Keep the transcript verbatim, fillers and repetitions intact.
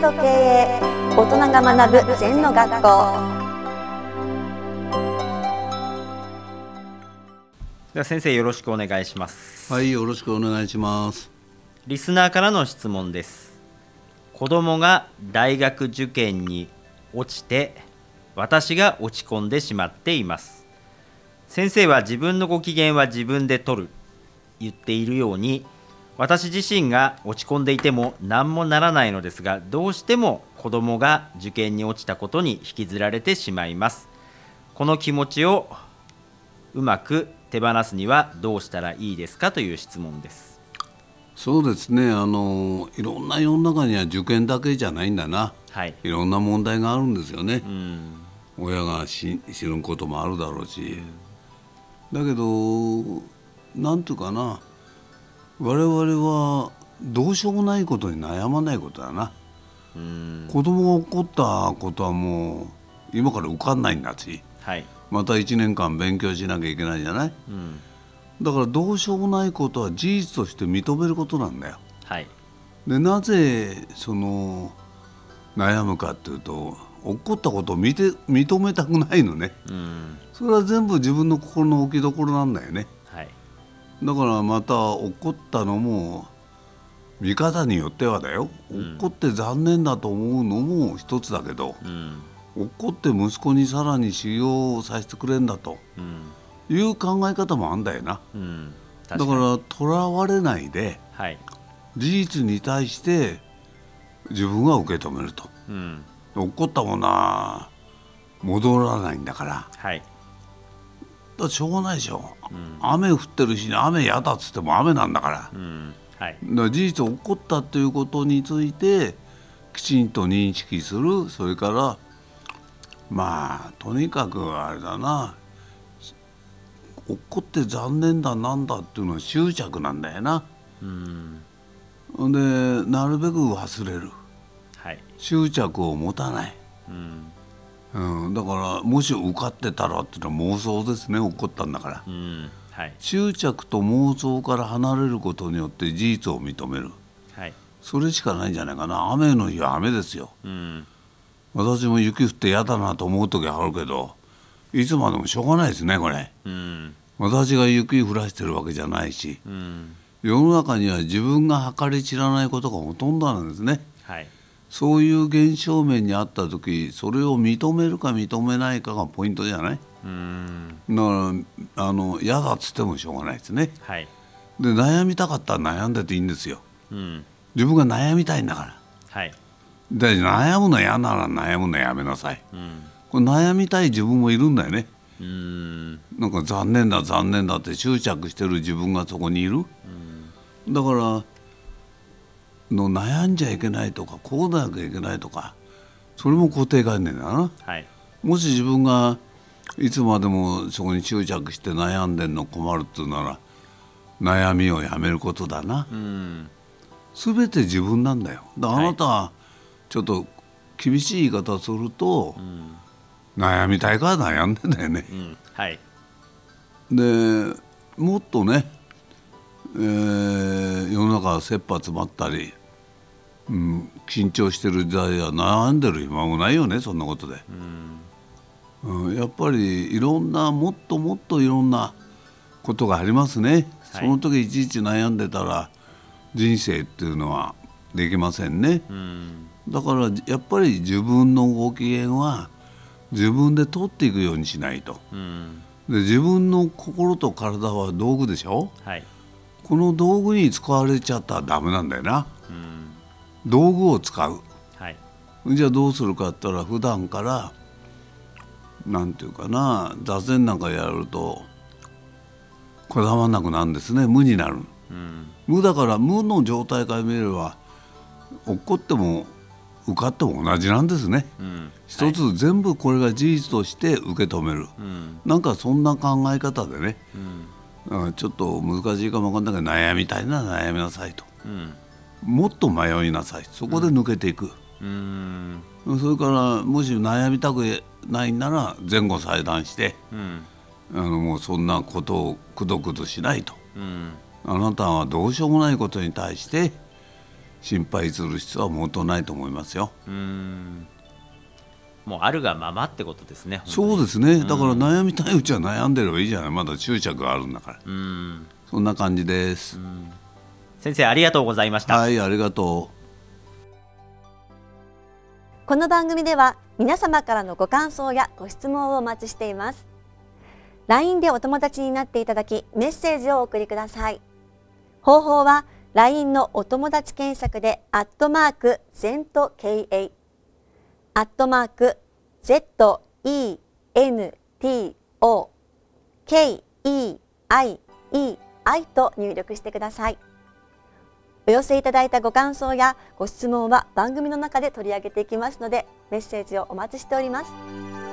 と経営、大人が学ぶ禅の学校。 では先生、よろしくお願いします。 はい、よろしくお願いします。 リスナーからの質問です。子供が大学受験に落ちて、私が落ち込んでしまっています。先生は自分のご機嫌は自分で取る言っているように、私自身が落ち込んでいても何もならないのですが、どうしても子供が受験に落ちたことに引きずられてしまいます。この気持ちをうまく手放すにはどうしたらいいですかという質問です。 そうですね、あのいろんな世の中には受験だけじゃないんだな、 はい、 いろんな問題があるんですよね。 うん、 親が死ぬこともあるだろうし、うん、だけどなんていうかな、我々はどうしようもないことに悩まないことだな。うん、子供が起こったことはもう今から受かんないんだし、はい、またいちねんかん勉強しなきゃいけないじゃない、うん、だからどうしようもないことは事実として認めることなんだよ、はい、でなぜその悩むかっていうと、起こったことを見て認めたくないのね、うん、それは全部自分の心の置きどころなんだよね、はい、だからまた起こったのも見方によってはだよ、うん、起こって残念だと思うのも一つだけど、うん、怒って息子にさらに修行をさせてくれんだと、うん、いう考え方もあんだよな、うん、だからとらわれないで、はい、事実に対して自分は受け止めると、うん、怒ったものは戻らないんだから、はい、だからしょうがないでしょ、うん、雨降ってるし、ね、雨やだっつっても雨なんだから、うんはい、だから事実起こったということについてきちんと認識する。それからまあとにかくあれだな、起こって残念だなんだっていうのは執着なんだよな、うん、でなるべく忘れる、はい、執着を持たない、うんうん、だからもし受かってたらっていうのは妄想ですね。起こったんだから、うんはい、執着と妄想から離れることによって事実を認める、はい、それしかないんじゃないかな。雨の日は雨ですよ、うん、私も雪降って嫌だなと思う時はあるけど、いつまでもしょうがないですねこれ、うん、私が雪降らしてるわけじゃないし、うん、世の中には自分が計り知らないことがほとんどなんですね、はい、そういう現象面にあった時、それを認めるか認めないかがポイントじゃない。うーんだからあの嫌だっつってもしょうがないですね、はい、で悩みたかったら悩んでていいんですよ、うん、自分が悩みたいんだから、はい、で悩むの嫌なら悩むのやめなさい、うん、これ悩みたい自分もいるんだよね。うーんなんか残念だ残念だって執着してる自分がそこにいる、うん、だからの悩んじゃいけないとかこうなきゃいけないとか、それも固定概念だな、はい、もし自分がいつまでもそこに執着して悩んでんの困るっていうなら悩みをやめることだな、うん、全て自分なんだよ。だからあなたはちょっと厳しい言い方すると、うん、悩みたいから悩んでんだよね、うんはい、でもっとね、えー、世の中は切羽詰まったり、うん、緊張してる時代は悩んでる暇もないよね、そんなことで、うんうん、やっぱりいろんなもっともっといろんなことがありますね、はい、その時いちいち悩んでたら人生っていうのはできませんね、うん、だからやっぱり自分のご機嫌は自分で取っていくようにしないと、うん、で自分の心と体は道具でしょ、はい、この道具に使われちゃったらダメなんだよな、うん、道具を使う、はい、じゃあどうするかって言ったら普段からなんていうかな、座禅なんかやるとこだわらなくなるんですね。無になる、うん、無だから無の状態から見れば落っこっても受かっても同じなんですね、うん、一つ全部これが事実として受け止める、はい、なんかそんな考え方でね、うん、ちょっと難しいかも分かんないけど悩みたいなら悩みなさいと、うん、もっと迷いなさい、そこで抜けていく、うん、それからもし悩みたくないなら前後裁断して、うん、あのもうそんなことをくどくどしないと、うん、あなたはどうしようもないことに対して心配する必要はもっとないと思いますよ。 うーん、もうあるがままってことですね。 そうですね。だから悩みたいうちは悩んでればいいじゃない。まだ執着があるんだから。 うん、 そんな感じです。 先生ありがとうございました。 はい、ありがとう。 この番組では皆様からのご感想やご質問をお待ちしています。ライン でお友達になっていただき、メッセージをお送りください。方法は ライン のお友達検索でアットマーク ゼント ケーエー アットマーク ゼット イー エヌ ティー オー ケー イー アイ イー アイ と入力してください。お寄せいただいたご感想やご質問は番組の中で取り上げていきますので、メッセージをお待ちしております。